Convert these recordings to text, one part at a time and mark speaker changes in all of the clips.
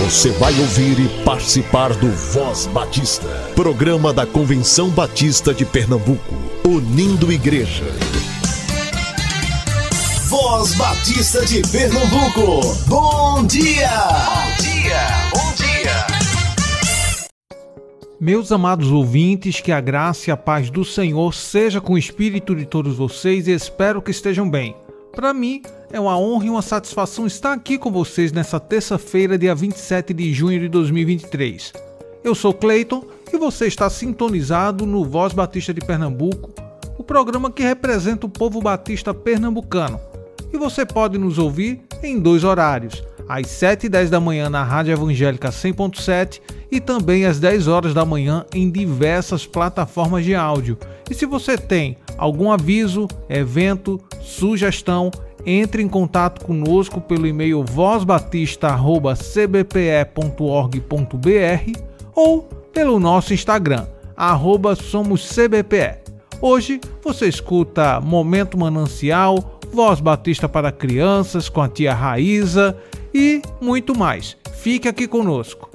Speaker 1: Você vai ouvir e participar do Voz Batista, programa da Convenção Batista de Pernambuco, unindo igreja. Voz Batista de Pernambuco, bom dia! Bom dia, bom dia!
Speaker 2: Meus amados ouvintes, que a graça e a paz do Senhor seja com o espírito de todos vocês e espero que estejam bem. Para mim, é uma honra e uma satisfação estar aqui com vocês nessa terça-feira, dia 27 de junho de 2023. Eu sou Cleiton e você está sintonizado no Voz Batista de Pernambuco, o programa que representa o povo batista pernambucano. E você pode nos ouvir em dois horários, às 7h10 da manhã na Rádio Evangélica 100.7 e também às 10 horas da manhã em diversas plataformas de áudio. E se você tem algum aviso, evento, sugestão, entre em contato conosco pelo e-mail vozbatista@cbpe.org.br ou pelo nosso Instagram, @somoscbpe. Hoje você escuta Momento Manancial, Voz Batista para Crianças com a tia Raíza e muito mais. Fique aqui conosco.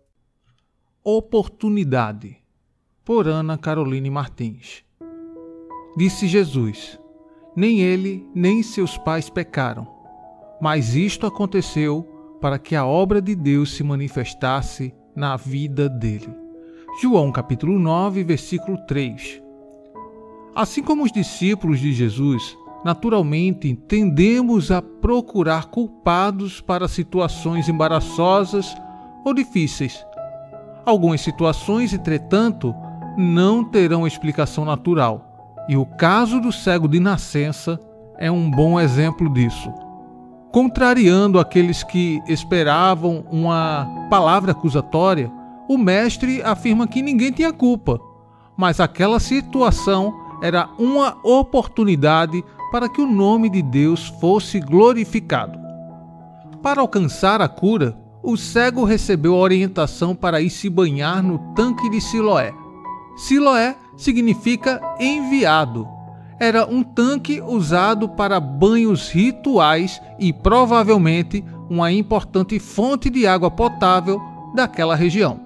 Speaker 2: Oportunidade, por Ana Caroline Martins. Disse Jesus: nem ele nem seus pais pecaram, mas isto aconteceu para que a obra de Deus se manifestasse na vida dele. João capítulo 9, versículo 3. Assim como os discípulos de Jesus, naturalmente tendemos a procurar culpados para situações embaraçosas ou difíceis. Algumas situações, entretanto, não terão explicação natural. E o caso do cego de nascença é um bom exemplo disso. Contrariando aqueles que esperavam uma palavra acusatória, o mestre afirma que ninguém tinha culpa, mas aquela situação era uma oportunidade para que o nome de Deus fosse glorificado. Para alcançar a cura, o cego recebeu a orientação para ir se banhar no tanque de Siloé. Siloé significa enviado. Era um tanque usado para banhos rituais e provavelmente uma importante fonte de água potável daquela região.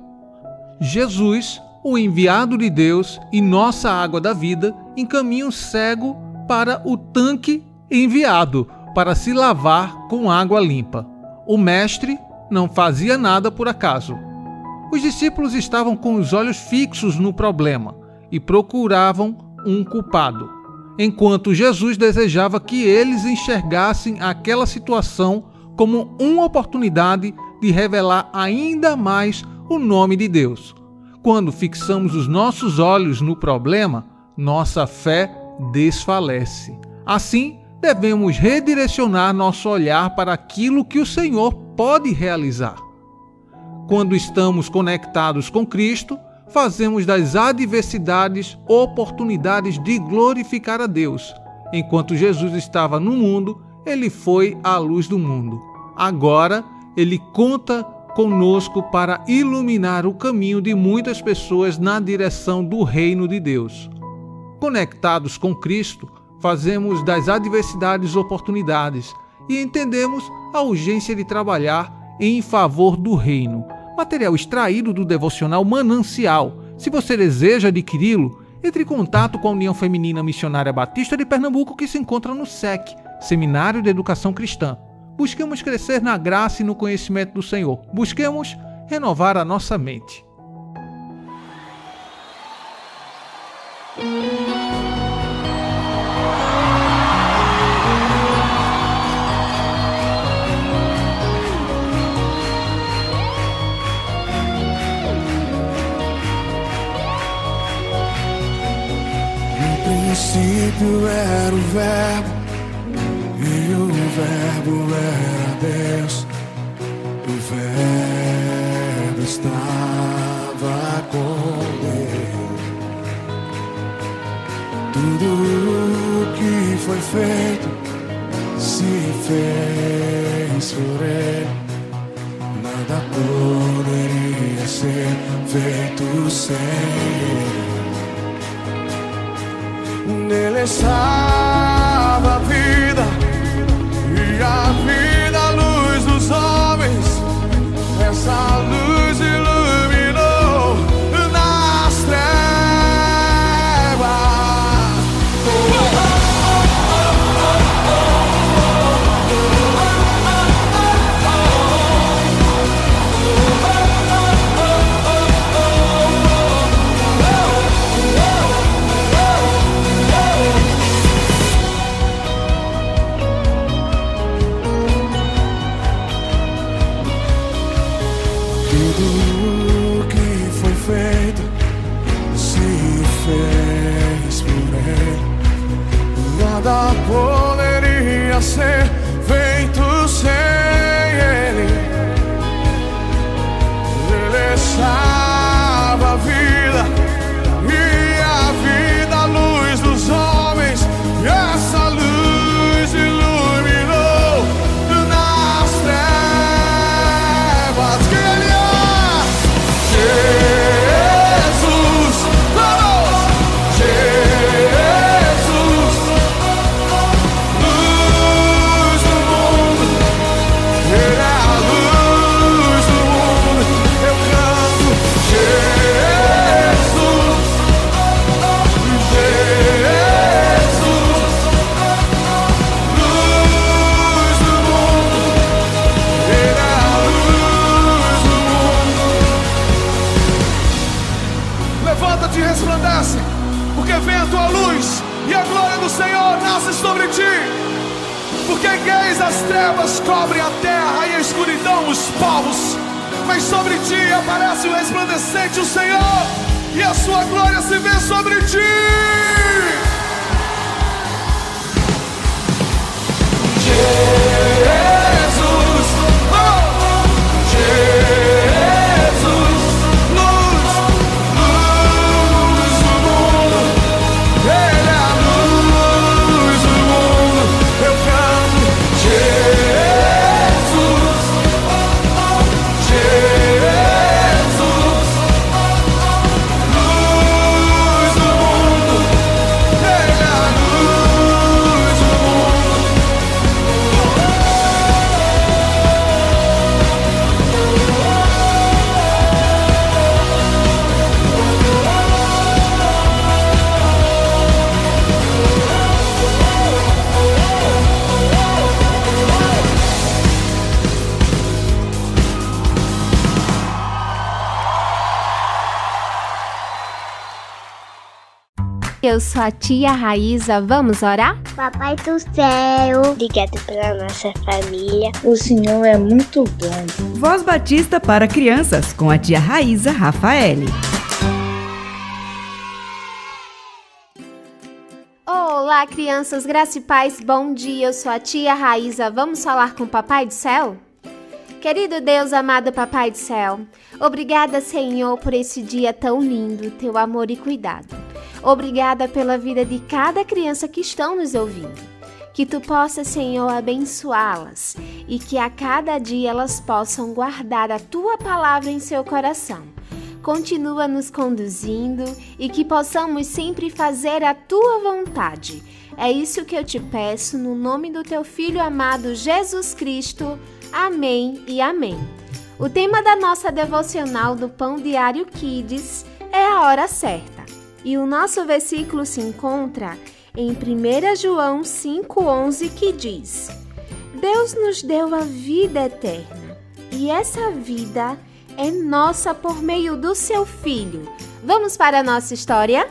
Speaker 2: Jesus, o enviado de Deus e nossa água da vida, encaminha o cego para o tanque enviado para se lavar com água limpa. O mestre não fazia nada por acaso. Os discípulos estavam com os olhos fixos no problema e procuravam um culpado, enquanto Jesus desejava que eles enxergassem aquela situação como uma oportunidade de revelar ainda mais o nome de Deus. Quando fixamos os nossos olhos no problema, nossa fé desfalece. Assim, devemos redirecionar nosso olhar para aquilo que o Senhor pode realizar. Quando estamos conectados com Cristo, fazemos das adversidades oportunidades de glorificar a Deus. Enquanto Jesus estava no mundo, ele foi a luz do mundo. Agora, ele conta conosco para iluminar o caminho de muitas pessoas na direção do reino de Deus. Conectados com Cristo, fazemos das adversidades oportunidades e entendemos a urgência de trabalhar em favor do reino. Material extraído do devocional Manancial. Se você deseja adquiri-lo, entre em contato com a União Feminina Missionária Batista de Pernambuco, que se encontra no SEC, Seminário de Educação Cristã. Busquemos crescer na graça e no conhecimento do Senhor. Busquemos renovar a nossa mente.
Speaker 3: No princípio era o Verbo, e o Verbo era Deus. O Verbo estava com Deus. Tudo o que foi feito se fez por Ele. Nada poderia ser feito sem Ele. Nele estava a vida, e a vida, a luz dos homens. Essa Tudo que foi feito se fez por Ele. Nada poderia ser feito sem Ele. Ele salva a vida, e a vida, a luz dos homens, e essa luz iluminou nas trevas. Que Ele é Jesus, vamos! Jesus, luz do mundo, Ele é a luz do mundo. Eu canto Jesus, Jesus, luz do mundo, Ele é a luz do mundo. Levanta-te e resplandece, porque vem a tua luz, e a glória do Senhor nasce sobre ti. Porque eis as trevas cobrem a terra, e a escuridão os povos, mas sobre ti aparece o resplandecente, o Senhor, e a sua glória se vê sobre ti. Jesus, oh! Jesus, luz, luz do mundo, Ele é a luz do mundo. Eu canto Jesus, Jesus, luz do mundo, Ele é a luz do mundo.
Speaker 4: Eu sou a tia Raíza, vamos orar?
Speaker 5: Papai do céu, obrigado pela nossa família.
Speaker 6: O Senhor é muito bom.
Speaker 7: Voz Batista para crianças, com a tia Raíza Rafaele.
Speaker 4: Olá, crianças, graça e paz, bom dia, eu sou a tia Raíza, vamos falar com o Papai do Céu? Querido Deus, amado Papai do Céu, obrigada, Senhor, por esse dia tão lindo, teu amor e cuidado. Obrigada pela vida de cada criança que estão nos ouvindo. Que tu possa, Senhor, abençoá-las e que a cada dia elas possam guardar a tua palavra em seu coração. Continua nos conduzindo e que possamos sempre fazer a tua vontade. É isso que eu te peço no nome do teu Filho amado Jesus Cristo. Amém e amém. O tema da nossa devocional do Pão Diário Kids é a hora certa. E o nosso versículo se encontra em 1 João 5,11, que diz: Deus nos deu a vida eterna, e essa vida é nossa por meio do seu Filho. Vamos para a nossa história?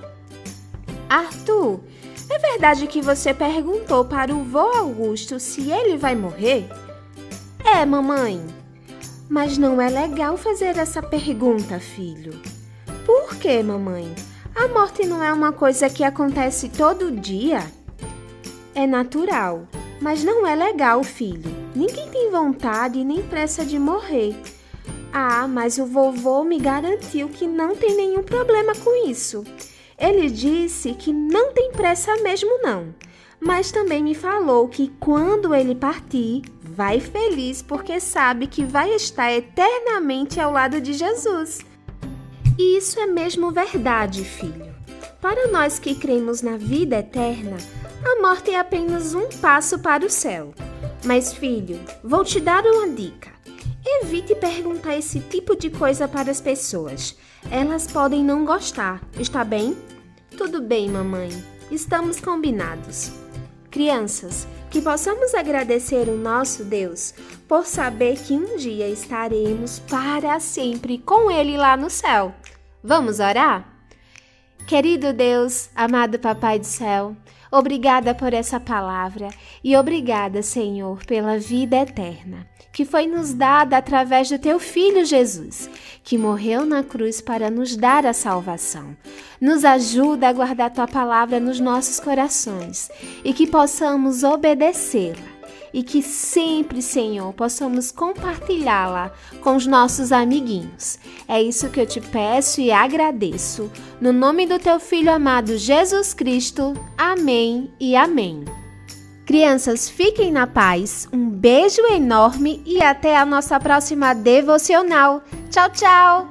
Speaker 4: Arthur, é verdade que você perguntou para o vô Augusto se ele vai morrer? É, mamãe. Mas não é legal fazer essa pergunta, filho. Por quê, mamãe? A morte não é uma coisa que acontece todo dia? É natural, mas não é legal, filho. Ninguém tem vontade nem pressa de morrer. Ah, mas o vovô me garantiu que não tem nenhum problema com isso. Ele disse que não tem pressa mesmo não, mas também me falou que quando ele partir, vai feliz porque sabe que vai estar eternamente ao lado de Jesus. E isso é mesmo verdade, filho. Para nós que cremos na vida eterna, a morte é apenas um passo para o céu. Mas, filho, vou te dar uma dica. Evite perguntar esse tipo de coisa para as pessoas. Elas podem não gostar, está bem? Tudo bem, mamãe. Estamos combinados. Crianças, que possamos agradecer o nosso Deus por saber que um dia estaremos para sempre com Ele lá no céu. Vamos orar? Querido Deus, amado Papai do Céu, obrigada por essa palavra e obrigada, Senhor, pela vida eterna. que foi nos dada através do teu Filho Jesus, que morreu na cruz para nos dar a salvação. Nos ajuda a guardar tua palavra nos nossos corações e que possamos obedecê-la. E que sempre, Senhor, possamos compartilhá-la com os nossos amiguinhos. É isso que eu te peço e agradeço. No nome do teu Filho amado Jesus Cristo. Amém e amém. Crianças, fiquem na paz. Um beijo enorme e até a nossa próxima devocional. Tchau, tchau!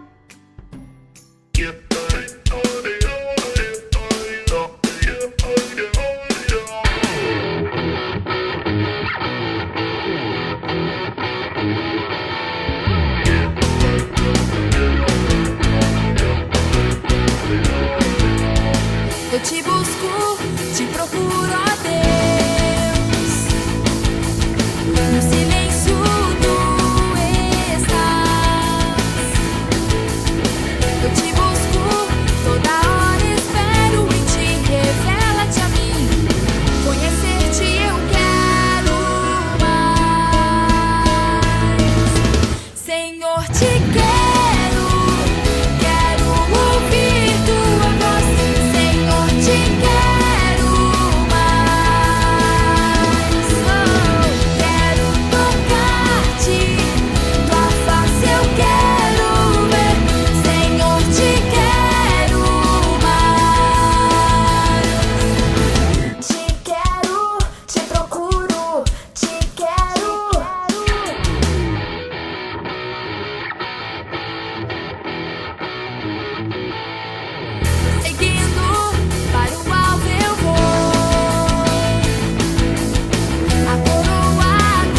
Speaker 8: Eu te busco, te procuro, ó Deus. No silêncio tu estás. Eu te busco, toda hora espero em ti. Revela-te a mim, conhecer-te eu quero mais. Senhor, te quero, quero ouvir tua voz. Te quero mais, quero tocar-te, tua face eu quero ver, Senhor, te quero mais. Te quero, te procuro, te quero. Seguindo para o alvo eu vou, a coroa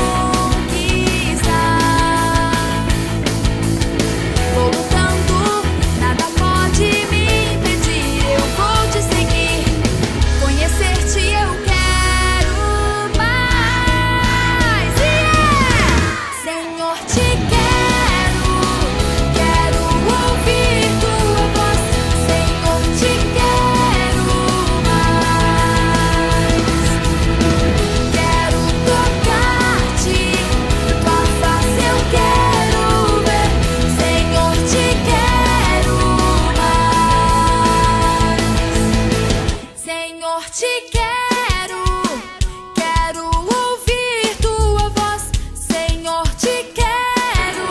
Speaker 8: conquistar. Vou lutando, nada pode me impedir. Eu vou te seguir, conhecer-te eu quero mais. Senhor, te quero, quero ouvir tua voz. Senhor, te quero mais. Quero tocar-te, tua face eu quero ver. Senhor, te quero mais. Senhor, te quero, quero ouvir tua voz. Senhor, te quero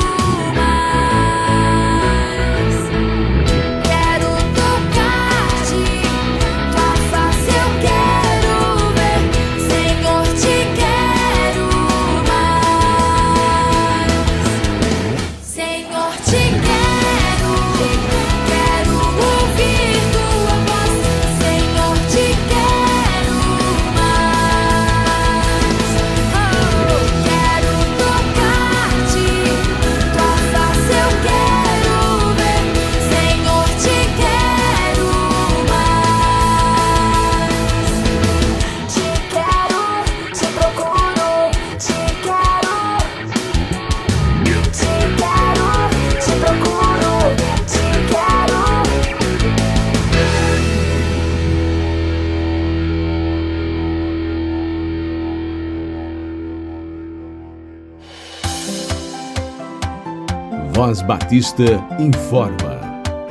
Speaker 8: mais. Quero tocar-te, tua face eu quero ver. Senhor, te quero mais. Senhor, te quero, quero ouvir tua voz. Senhor, te quero mais. Quero tocar-te, tua face eu quero ver. Senhor, te quero mais. Te quero, te procuro, te quero. Te quero, te procuro, te quero.
Speaker 1: Voz Batista informa.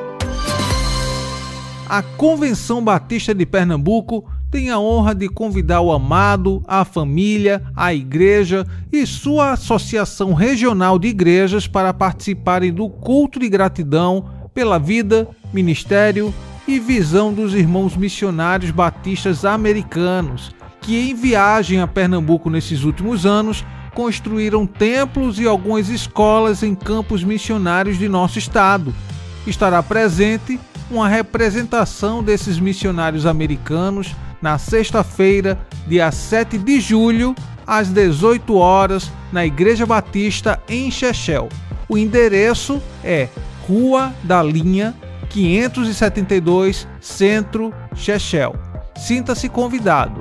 Speaker 2: A Convenção Batista de Pernambuco tem a honra de convidar o amado, a família, a igreja e sua associação regional de igrejas para participarem do culto de gratidão pela vida, ministério e visão dos irmãos missionários batistas americanos, que em viagem a Pernambuco nesses últimos anos construíram templos e algumas escolas em campos missionários de nosso estado. Estará presente uma representação desses missionários americanos na sexta-feira, dia 7 de julho, às 18 horas, na Igreja Batista em Chechel. O endereço é Rua da Linha, 572, Centro, Chechel. Sinta-se convidado.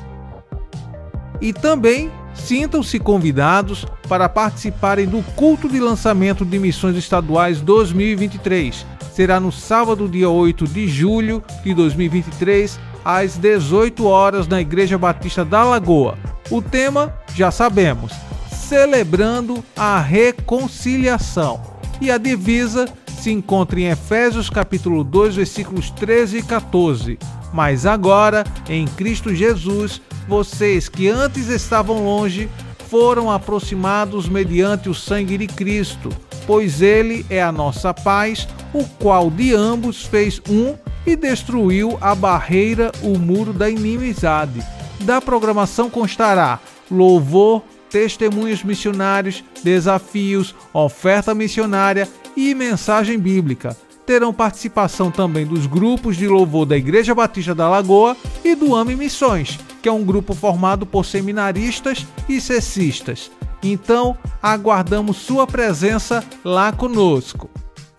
Speaker 2: E também sintam-se convidados para participarem do culto de lançamento de missões estaduais 2023. Será no sábado, dia 8 de julho de 2023, às 18 horas, na Igreja Batista da Lagoa. O tema, já sabemos, celebrando a reconciliação. E a divisa se encontra em Efésios capítulo 2, versículos 13 e 14. Mas agora, em Cristo Jesus, vocês que antes estavam longe, foram aproximados mediante o sangue de Cristo, pois ele é a nossa paz, o qual de ambos fez um e destruiu a barreira, o muro da inimizade. Da programação constará louvor, testemunhos missionários, desafios, oferta missionária e mensagem bíblica. Terão participação também dos grupos de louvor da Igreja Batista da Lagoa e do AME Missões, que é um grupo formado por seminaristas e cessistas. Então, aguardamos sua presença lá conosco.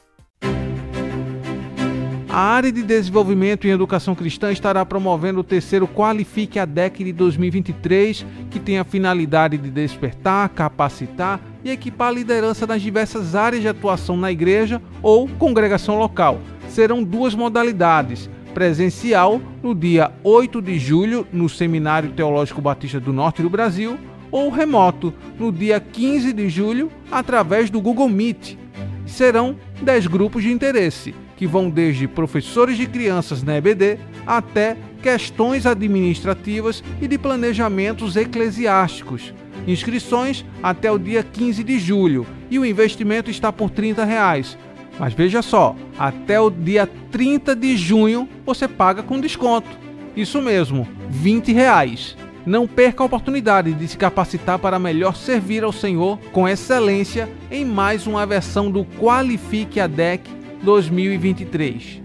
Speaker 2: A área de desenvolvimento em educação cristã estará promovendo o terceiro Qualifique ADEC de 2023, que tem a finalidade de despertar, capacitar e equipar a liderança nas diversas áreas de atuação na igreja ou congregação local. Serão duas modalidades: presencial no dia 8 de julho no Seminário Teológico Batista do Norte do Brasil, ou remoto no dia 15 de julho através do Google Meet. Serão 10 grupos de interesse, que vão desde professores de crianças na EBD até questões administrativas e de planejamentos eclesiásticos. Inscrições até o dia 15 de julho e o investimento está por R$ 30. Mas veja só, até o dia 30 de junho você paga com desconto. Isso mesmo, R$ 20. Não perca a oportunidade de se capacitar para melhor servir ao Senhor com excelência em mais uma versão do Qualifique ADEC 2023.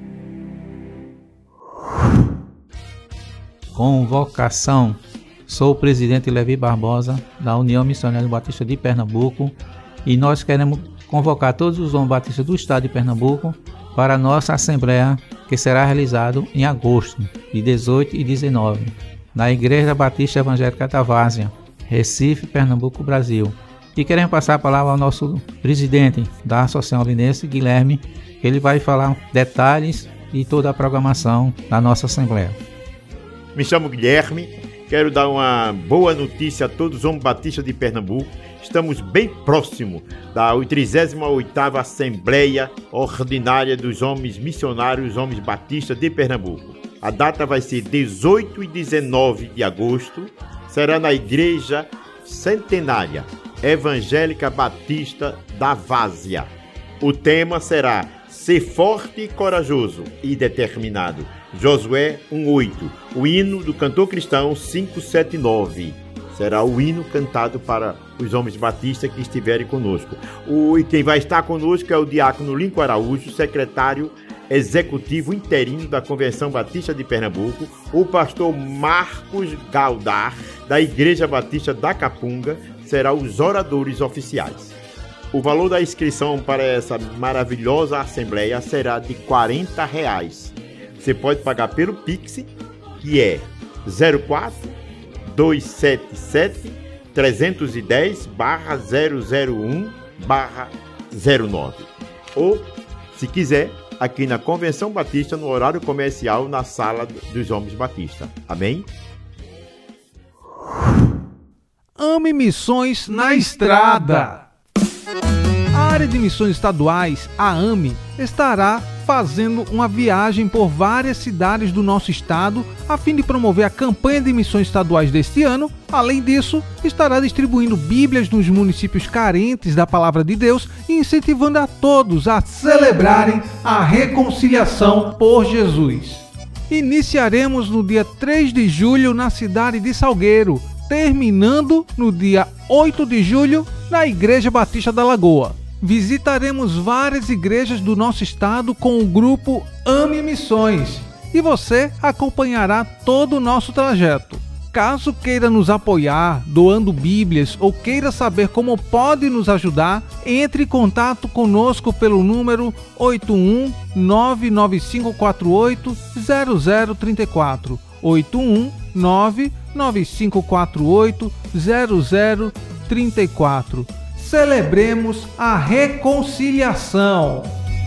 Speaker 9: Convocação. Sou o presidente Levi Barbosa, da União Missionária Batista de Pernambuco, e nós queremos convocar todos os homens batistas do estado de Pernambuco para a nossa assembleia, que será realizada em agosto, de 18 e 19, na Igreja Batista Evangélica da Várzea, Recife, Pernambuco, Brasil. E queremos passar a palavra ao nosso presidente da Associação Linense, Guilherme. Ele vai falar detalhes e toda a programação da nossa Assembleia.
Speaker 10: Me chamo Guilherme, quero dar uma boa notícia a todos os homens batistas de Pernambuco. Estamos bem próximo da 38ª Assembleia Ordinária dos Homens Missionários, Homens Batistas de Pernambuco. A data vai ser 18 e 19 de agosto, será na Igreja Centenária Evangélica Batista da Várzea. O tema será Ser Forte e Corajoso e Determinado. Josué 1:8. O hino do cantor cristão 579. Será o hino cantado para os homens batistas que estiverem conosco. E quem vai estar conosco é o diácono Lincoln Araújo, secretário executivo interino da Convenção Batista de Pernambuco, o pastor Marcos Galdar, da Igreja Batista da Capunga, serão os oradores oficiais. O valor da inscrição para essa maravilhosa assembleia será de R$ 40. Você pode pagar pelo Pix, que é 04 277 310/001/09. Ou, se quiser, aqui na Convenção Batista, no horário comercial, na Sala dos Homens Batista. Amém?
Speaker 2: AME Missões na Estrada. A área de missões estaduais, a AME, estará fazendo uma viagem por várias cidades do nosso estado a fim de promover a campanha de missões estaduais deste ano. Além disso, estará distribuindo Bíblias nos municípios carentes da Palavra de Deus e incentivando a todos a celebrarem a reconciliação por Jesus. Iniciaremos no dia 3 de julho na cidade de Salgueiro, terminando no dia 8 de julho na Igreja Batista da Lagoa. Visitaremos várias igrejas do nosso estado com o grupo AME Missões e você acompanhará todo o nosso trajeto. Caso queira nos apoiar doando Bíblias ou queira saber como pode nos ajudar, entre em contato conosco pelo número 81995480034, 81995480034. Celebremos a reconciliação.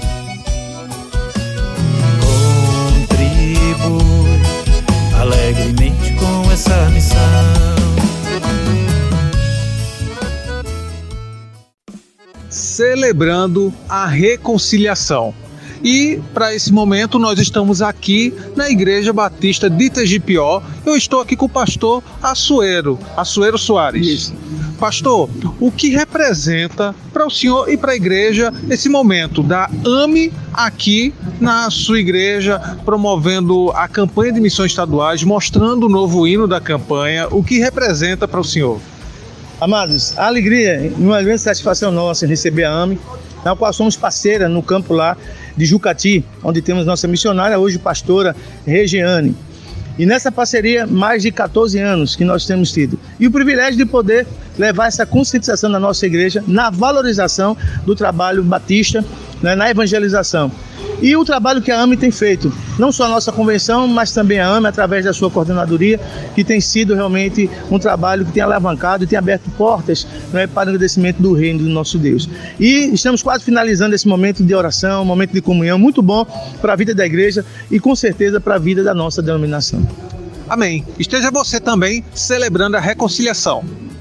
Speaker 11: Contribui alegremente com essa missão.
Speaker 2: celebrando a reconciliação. E para esse momento nós estamos aqui na Igreja Batista de Tegipió. Eu estou aqui com o pastor Assuero Soares.
Speaker 11: Isso.
Speaker 2: Pastor, o que representa para o senhor e para a igreja esse momento da AME aqui na sua igreja, promovendo a campanha de missões estaduais, mostrando o novo hino da campanha? O que representa para o senhor?
Speaker 11: Amados, a alegria e uma grande satisfação nossa em receber a AME, na qual somos parceira no campo lá de Jucati, onde temos nossa missionária, hoje pastora Regiane. E nessa parceria, mais de 14 anos que nós temos tido. E o privilégio de poder levar essa conscientização da nossa igreja na valorização do trabalho batista, né, na evangelização. E o trabalho que a AME tem feito, não só a nossa convenção, mas também a AME, através da sua coordenadoria, que tem sido realmente um trabalho que tem alavancado e tem aberto portas, né, para o agradecimento do reino do nosso Deus. E estamos quase finalizando esse momento de oração, um momento de comunhão muito bom para a vida da igreja e com certeza para a vida da nossa denominação.
Speaker 2: Amém. Esteja você também celebrando a reconciliação.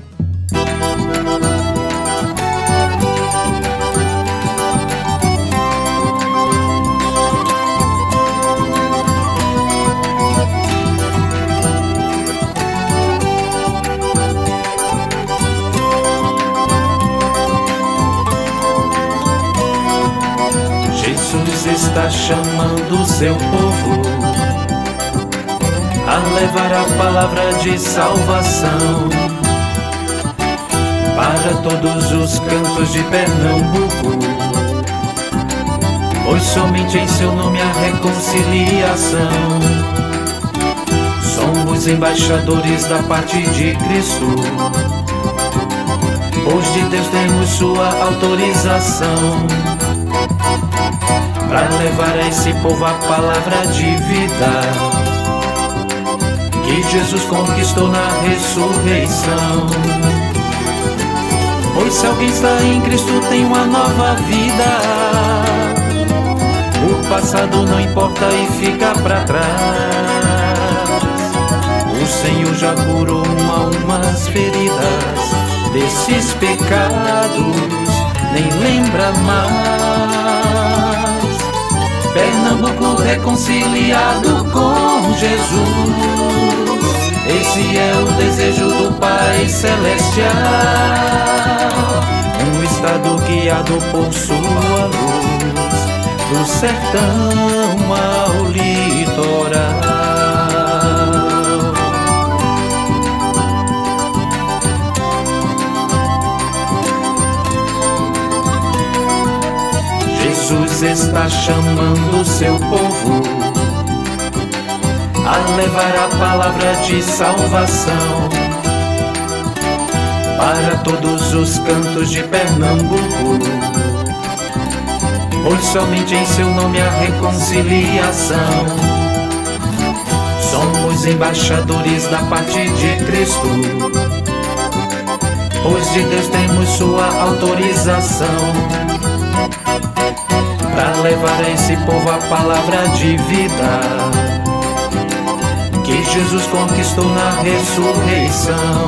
Speaker 12: Jesus está chamando o seu povo a levar a palavra de salvação para todos os cantos de Pernambuco, pois somente em seu nome há reconciliação. Somos embaixadores da parte de Cristo, pois de Deus temos sua autorização para levar a esse povo a palavra de vida que Jesus conquistou na ressurreição. Pois se alguém está em Cristo tem uma nova vida, o passado não importa e fica para trás. O Senhor já curou umas feridas desses pecados, nem lembra mais. Pernambuco reconciliado com Jesus, esse é o desejo do Pai Celestial. Um estado guiado por sua luz, do sertão ao litoral. Jesus está chamando o seu povo a levar a palavra de salvação para todos os cantos de Pernambuco, pois somente em seu nome há reconciliação. Somos embaixadores da parte de Cristo, pois de Deus temos sua autorização para levar a esse povo a palavra de vida que Jesus conquistou na ressurreição.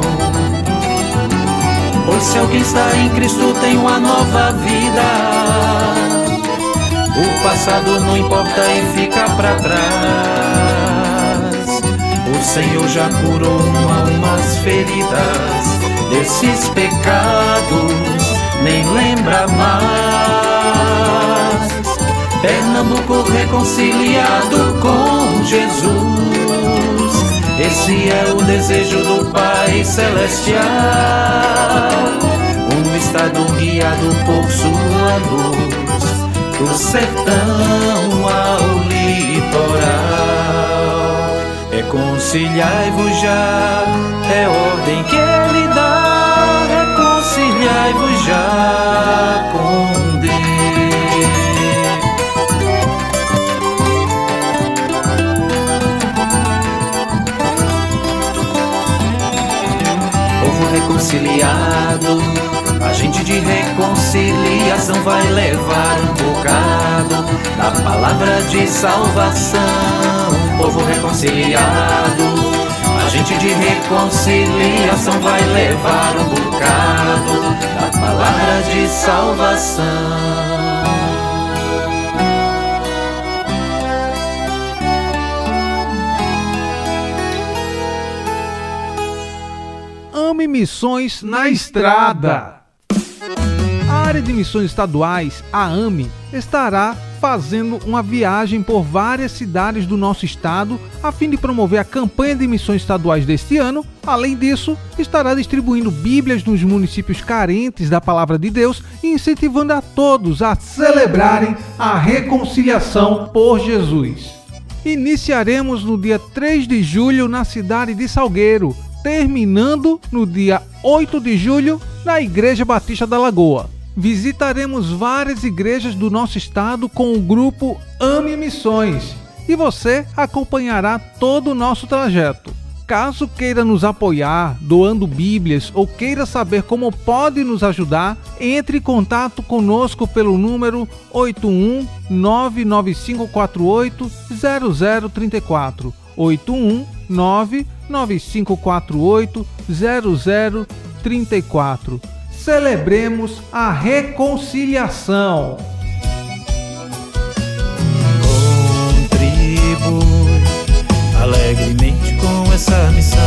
Speaker 12: Pois se alguém está em Cristo tem uma nova vida, o passado não importa e fica para trás. O Senhor já curou umas feridas desses pecados, nem lembra mais. Pernambuco reconciliado com Jesus, esse é o desejo do Pai Celestial. Um estado guiado por sua luz, do sertão ao litoral. Reconciliai-vos já, é ordem que Ele dá. Reconciliai-vos já com Deus. Reconciliado, agente de reconciliação vai levar um bocado da palavra de salvação. Povo reconciliado, agente de reconciliação vai levar um bocado da a palavra de salvação.
Speaker 2: AME Missões na Estrada. A área de missões estaduais, a AME, estará fazendo uma viagem por várias cidades do nosso estado a fim de promover a campanha de missões estaduais deste ano. Além disso, estará distribuindo Bíblias nos municípios carentes da Palavra de Deus e incentivando a todos a celebrarem a reconciliação por Jesus. Iniciaremos no dia 3 de julho na cidade de Salgueiro, terminando no dia 8 de julho na Igreja Batista da Lagoa. Visitaremos várias igrejas do nosso estado com o grupo AME Missões e você acompanhará todo o nosso trajeto. Caso queira nos apoiar doando Bíblias ou queira saber como pode nos ajudar, entre em contato conosco pelo número 81995480034, 81995480034. Celebremos a reconciliação.
Speaker 12: Contribui alegremente com essa missão.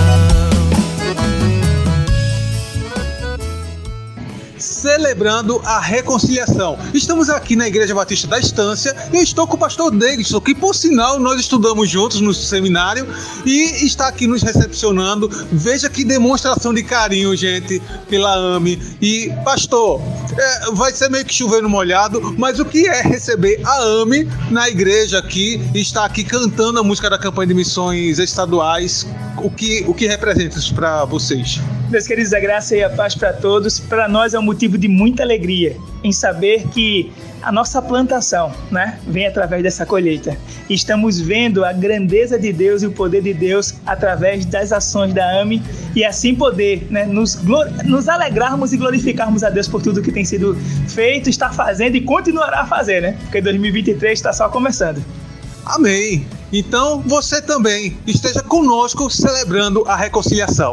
Speaker 2: Celebrando a reconciliação. Estamos aqui na Igreja Batista da Estância e eu estou com o pastor Davidson, que por sinal nós estudamos juntos no seminário e está aqui nos recepcionando. Veja que demonstração de carinho, gente, pela AME. E pastor, vai ser meio que chover no molhado, mas o que é receber a AME na igreja aqui e estar aqui cantando a música da campanha de missões estaduais? O que representa isso para vocês?
Speaker 13: Meus queridos, a graça e a paz para todos. Para nós é um motivo de muita alegria em saber que a nossa plantação, vem através dessa colheita. Estamos vendo a grandeza de Deus e o poder de Deus através das ações da AME e assim poder nos alegrarmos e glorificarmos a Deus por tudo que tem sido feito, está fazendo e continuará a fazer, porque 2023 está só começando.
Speaker 2: Amém! Então você também esteja conosco celebrando a reconciliação.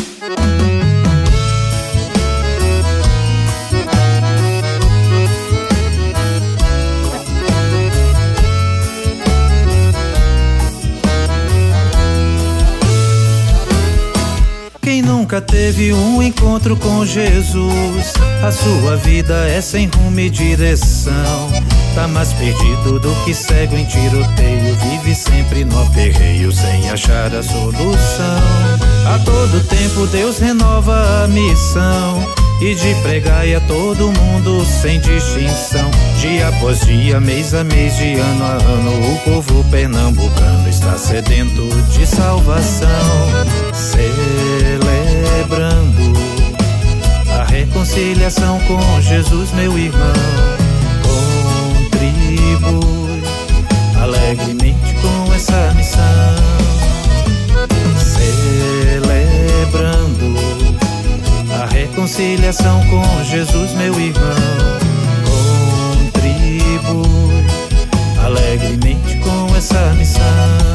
Speaker 12: Quem nunca teve um encontro com Jesus, a sua vida é sem rumo e direção. Tá mais perdido do que cego em tiroteio, vive sempre no aperreio sem achar a solução. A todo tempo Deus renova a missão e de pregar a todo mundo sem distinção. Dia após dia, mês a mês, de ano a ano, o povo pernambucano está sedento de salvação. Celebrando a reconciliação com Jesus, meu irmão. Contribui alegremente com essa missão. Celebrando a reconciliação com Jesus, meu irmão. Contribui alegremente com essa missão.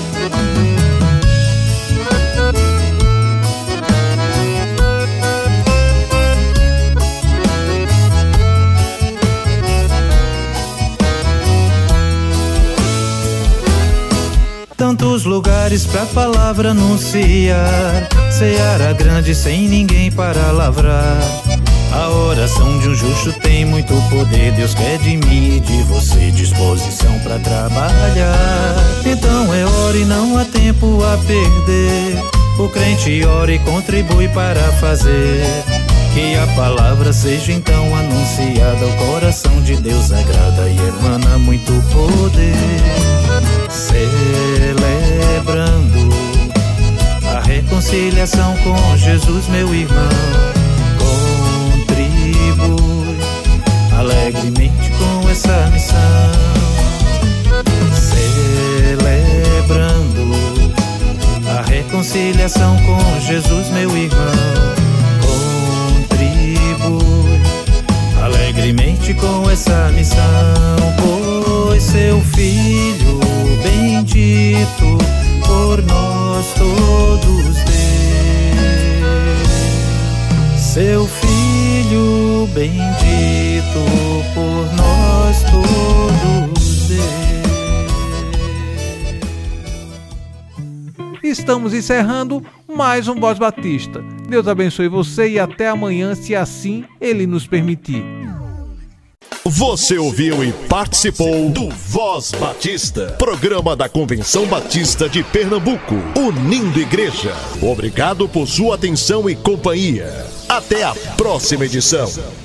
Speaker 12: Tantos lugares pra palavra anunciar, seara grande sem ninguém para lavrar. A oração de um justo tem muito poder. Deus quer de mim e de você disposição pra trabalhar. Então ore, não há tempo a perder. O crente ora e contribui para fazer que a palavra seja então anunciada. O coração de Deus agrada e emana muito poder. Celebrando a reconciliação com Jesus, meu irmão. Contribui alegremente com essa missão. Celebrando a reconciliação com Jesus, meu irmão. Contribui alegremente com essa missão, pois seu Filho bendito por nós todos deu. Seu Filho bendito por nós todos Deus.
Speaker 2: Estamos encerrando mais um Voz Batista. Deus abençoe você e até amanhã, se assim Ele nos permitir.
Speaker 1: Você ouviu e participou do Voz Batista, programa da Convenção Batista de Pernambuco, unindo igreja. Obrigado por sua atenção e companhia. Até a próxima edição.